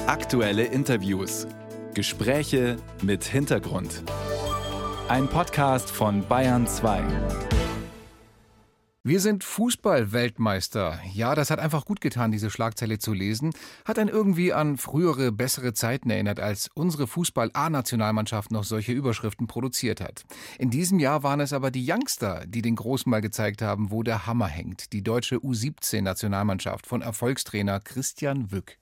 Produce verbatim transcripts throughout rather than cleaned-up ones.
Aktuelle Interviews. Gespräche mit Hintergrund. Ein Podcast von Bayern zwei. Wir sind Fußball-Weltmeister. Ja, das hat einfach gut getan, diese Schlagzeile zu lesen. Hat einen irgendwie an frühere, bessere Zeiten erinnert, als unsere Fußball-A-Nationalmannschaft noch solche Überschriften produziert hat. In diesem Jahr waren es aber die Youngster, die den Großen mal gezeigt haben, wo der Hammer hängt. Die deutsche U siebzehn-Nationalmannschaft von Erfolgstrainer Christian Wück.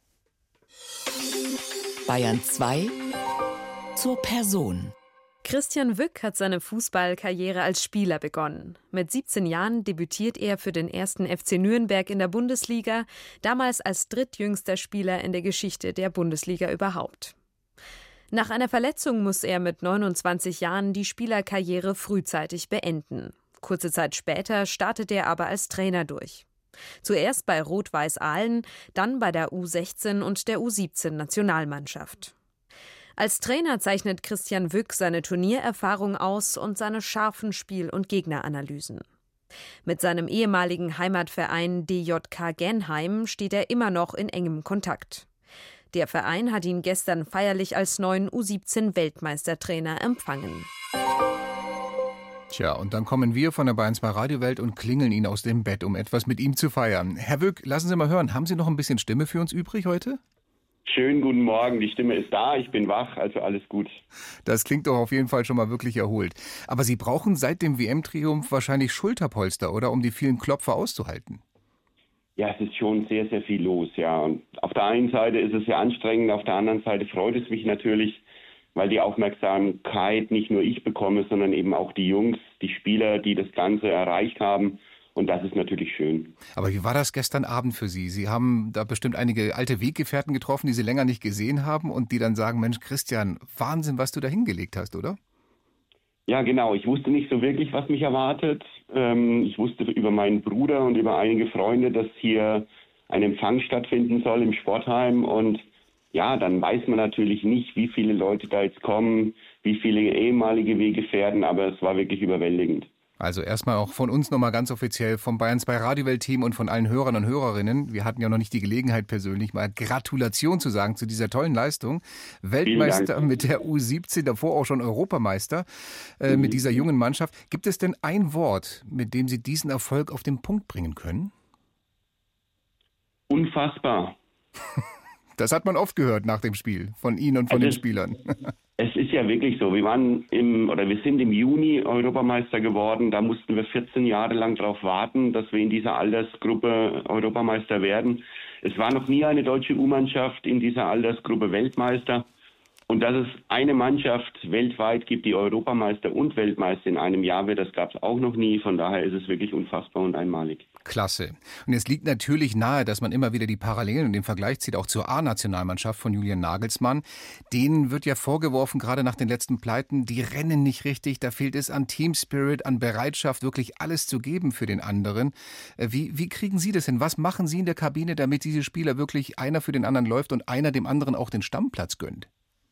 Bayern zwei zur Person. Christian Wück hat seine Fußballkarriere als Spieler begonnen. Mit siebzehn Jahren debütiert er für den ersten F C Nürnberg in der Bundesliga, damals als drittjüngster Spieler in der Geschichte der Bundesliga überhaupt. Nach einer Verletzung muss er mit neunundzwanzig Jahren die Spielerkarriere frühzeitig beenden. Kurze Zeit später startet er aber als Trainer durch. Zuerst bei Rot-Weiß Aalen, dann bei der U sechzehn und der U siebzehn-Nationalmannschaft. Als Trainer zeichnet Christian Wück seine Turniererfahrung aus und seine scharfen Spiel- und Gegneranalysen. Mit seinem ehemaligen Heimatverein D J K Genheim steht er immer noch in engem Kontakt. Der Verein hat ihn gestern feierlich als neuen U siebzehn-Weltmeistertrainer empfangen. Tja, und dann kommen wir von der Bayern zwei Radiowelt und klingeln ihn aus dem Bett, um etwas mit ihm zu feiern. Herr Wück, lassen Sie mal hören, haben Sie noch ein bisschen Stimme für uns übrig heute? Schönen guten Morgen, die Stimme ist da, ich bin wach, also alles gut. Das klingt doch auf jeden Fall schon mal wirklich erholt. Aber Sie brauchen seit dem W M-Triumph wahrscheinlich Schulterpolster, oder, um die vielen Klopfer auszuhalten? Ja, es ist schon sehr, sehr viel los, ja. Und auf der einen Seite ist es sehr anstrengend, auf der anderen Seite freut es mich natürlich, weil die Aufmerksamkeit nicht nur ich bekomme, sondern eben auch die Jungs, die Spieler, die das Ganze erreicht haben. Und das ist natürlich schön. Aber wie war das gestern Abend für Sie? Sie haben da bestimmt einige alte Weggefährten getroffen, die Sie länger nicht gesehen haben und die dann sagen, Mensch, Christian, Wahnsinn, was du da hingelegt hast, oder? Ja, genau. Ich wusste nicht so wirklich, was mich erwartet. Ich wusste über meinen Bruder und über einige Freunde, dass hier ein Empfang stattfinden soll im Sportheim. Und ja, dann weiß man natürlich nicht, wie viele Leute da jetzt kommen, wie viele ehemalige Weggefährten, aber es war wirklich überwältigend. Also erstmal auch von uns nochmal ganz offiziell vom Bayern zwei Radiowelt-Team und von allen Hörern und Hörerinnen. Wir hatten ja noch nicht die Gelegenheit persönlich mal Gratulation zu sagen zu dieser tollen Leistung. Weltmeister mit der U siebzehn, davor auch schon Europameister äh, mhm. mit dieser jungen Mannschaft. Gibt es denn ein Wort, mit dem Sie diesen Erfolg auf den Punkt bringen können? Unfassbar. Das hat man oft gehört nach dem Spiel von Ihnen und von also den Spielern. Es ist ja wirklich so. Wir waren im oder wir sind im Juni Europameister geworden. Da mussten wir vierzehn Jahre lang darauf warten, dass wir in dieser Altersgruppe Europameister werden. Es war noch nie eine deutsche U-Mannschaft in dieser Altersgruppe Weltmeister. Und dass es eine Mannschaft weltweit gibt, die Europameister und Weltmeister in einem Jahr wird, das gab es auch noch nie. Von daher ist es wirklich unfassbar und einmalig. Klasse. Und es liegt natürlich nahe, dass man immer wieder die Parallelen und den Vergleich zieht, auch zur A-Nationalmannschaft von Julian Nagelsmann. Denen wird ja vorgeworfen, gerade nach den letzten Pleiten, die rennen nicht richtig. Da fehlt es an Teamspirit, an Bereitschaft, wirklich alles zu geben für den anderen. Wie, wie kriegen Sie das hin? Was machen Sie in der Kabine, damit diese Spieler wirklich einer für den anderen läuft und einer dem anderen auch den Stammplatz gönnt?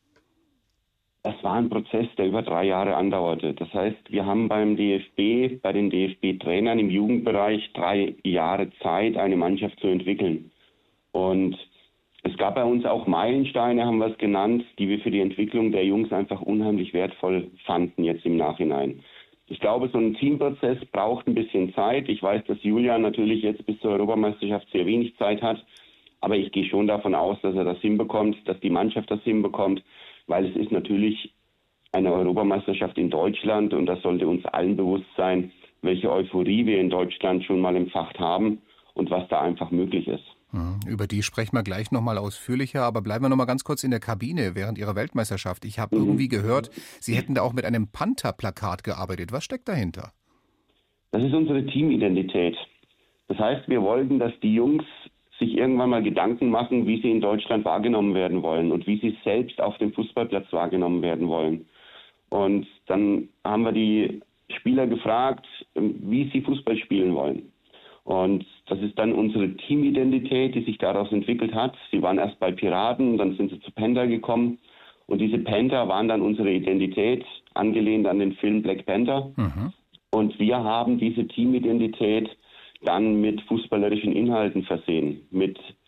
Das war ein Prozess, der über drei Jahre andauerte. Das heißt, wir haben beim D F B, bei den D F B-Trainern im Jugendbereich drei Jahre Zeit, eine Mannschaft zu entwickeln. Und es gab bei uns auch Meilensteine, haben wir es genannt, die wir für die Entwicklung der Jungs einfach unheimlich wertvoll fanden jetzt im Nachhinein. Ich glaube, so ein Teamprozess braucht ein bisschen Zeit. Ich weiß, dass Julian natürlich jetzt bis zur Europameisterschaft sehr wenig Zeit hat. Aber ich gehe schon davon aus, dass er das hinbekommt, dass die Mannschaft das hinbekommt. Weil es ist natürlich eine Europameisterschaft in Deutschland und das sollte uns allen bewusst sein, welche Euphorie wir in Deutschland schon mal empfacht haben und was da einfach möglich ist. Über die sprechen wir gleich nochmal ausführlicher, aber bleiben wir nochmal ganz kurz in der Kabine während Ihrer Weltmeisterschaft. Ich habe mhm. irgendwie gehört, Sie hätten da auch mit einem Panther-Plakat gearbeitet. Was steckt dahinter? Das ist unsere Teamidentität. Das heißt, wir wollten, dass die Jungs sich irgendwann mal Gedanken machen, wie sie in Deutschland wahrgenommen werden wollen und wie sie selbst auf dem Fußballplatz wahrgenommen werden wollen. Und dann haben wir die Spieler gefragt, wie sie Fußball spielen wollen. Und das ist dann unsere Teamidentität, die sich daraus entwickelt hat. Sie waren erst bei Piraten, dann sind sie zu Panther gekommen. Und diese Panther waren dann unsere Identität, angelehnt an den Film Black Panther. Mhm. Und wir haben diese Teamidentität dann mit fußballerischen Inhalten versehen, mit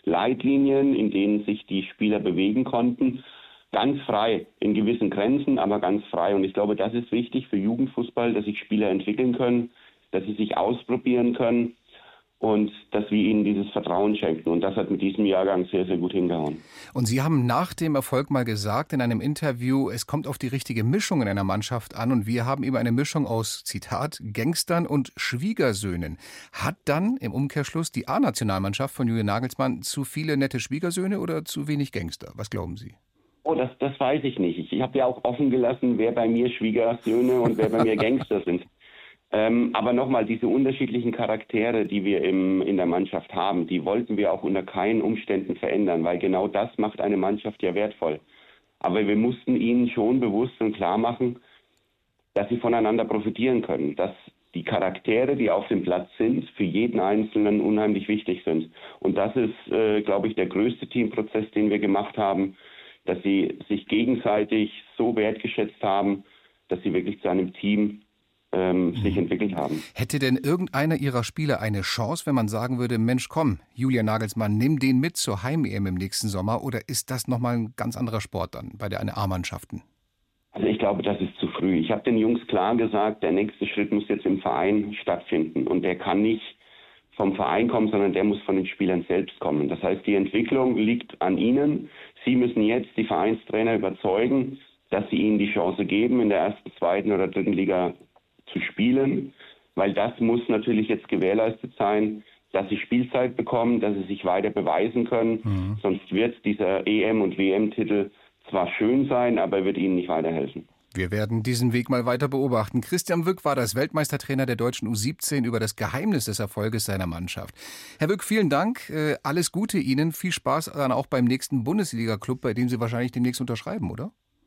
Leitlinien, in denen sich die Spieler bewegen konnten. Ganz frei, in gewissen Grenzen, aber ganz frei. Und ich glaube, das ist wichtig für Jugendfußball, dass sich Spieler entwickeln können, dass sie sich ausprobieren können und dass wir ihnen dieses Vertrauen schenken. Und das hat mit diesem Jahrgang sehr, sehr gut hingehauen. Und Sie haben nach dem Erfolg mal gesagt in einem Interview, es kommt auf die richtige Mischung in einer Mannschaft an. Und wir haben eben eine Mischung aus, Zitat, Gangstern und Schwiegersöhnen. Hat dann im Umkehrschluss die A-Nationalmannschaft von Julian Nagelsmann zu viele nette Schwiegersöhne oder zu wenig Gangster? Was glauben Sie? Oh, das, das weiß ich nicht. Ich, ich habe ja auch offen gelassen, wer bei mir Schwiegersöhne und wer bei mir Gangster sind. Ähm, aber nochmal, diese unterschiedlichen Charaktere, die wir im, in der Mannschaft haben, die wollten wir auch unter keinen Umständen verändern, weil genau das macht eine Mannschaft ja wertvoll. Aber wir mussten ihnen schon bewusst und klar machen, dass sie voneinander profitieren können, dass die Charaktere, die auf dem Platz sind, für jeden Einzelnen unheimlich wichtig sind. Und das ist, äh, glaube ich, der größte Teamprozess, den wir gemacht haben, dass sie sich gegenseitig so wertgeschätzt haben, dass sie wirklich zu einem Team ähm, sich entwickelt haben. Hätte denn irgendeiner Ihrer Spieler eine Chance, wenn man sagen würde, Mensch, komm, Julian Nagelsmann, nimm den mit zur Heim-E M im nächsten Sommer? Oder ist das nochmal ein ganz anderer Sport dann bei den A-Mannschaften? Also ich glaube, das ist zu früh. Ich habe den Jungs klar gesagt, der nächste Schritt muss jetzt im Verein stattfinden. Und der kann nicht vom Verein kommen, sondern der muss von den Spielern selbst kommen. Das heißt, die Entwicklung liegt an ihnen. Sie müssen jetzt die Vereinstrainer überzeugen, dass sie ihnen die Chance geben, in der ersten, zweiten oder dritten Liga zu spielen, weil das muss natürlich jetzt gewährleistet sein, dass sie Spielzeit bekommen, dass sie sich weiter beweisen können. Mhm. Sonst wird dieser E M- und W M-Titel zwar schön sein, aber wird ihnen nicht weiterhelfen. Wir werden diesen Weg mal weiter beobachten. Christian Wück war das Weltmeistertrainer der deutschen U siebzehn über das Geheimnis des Erfolges seiner Mannschaft. Herr Wück, vielen Dank. Alles Gute Ihnen. Viel Spaß dann auch beim nächsten Bundesliga-Club, bei dem Sie wahrscheinlich demnächst unterschreiben, oder?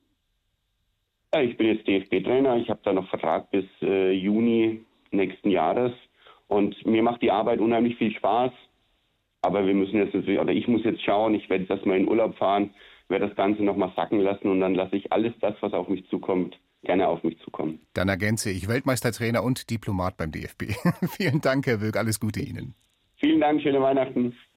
Ja, ich bin jetzt D F B-Trainer. Ich habe da noch Vertrag bis äh, Juni nächsten Jahres. Und mir macht die Arbeit unheimlich viel Spaß. Aber wir müssen jetzt, oder ich muss jetzt schauen, ich werde jetzt erstmal in Urlaub fahren, werde das Ganze nochmal sacken lassen und dann lasse ich alles das, was auf mich zukommt, gerne auf mich zukommen. Dann ergänze ich Weltmeistertrainer und Diplomat beim D F B. Vielen Dank, Herr Wück. Alles Gute Ihnen. Vielen Dank, schöne Weihnachten.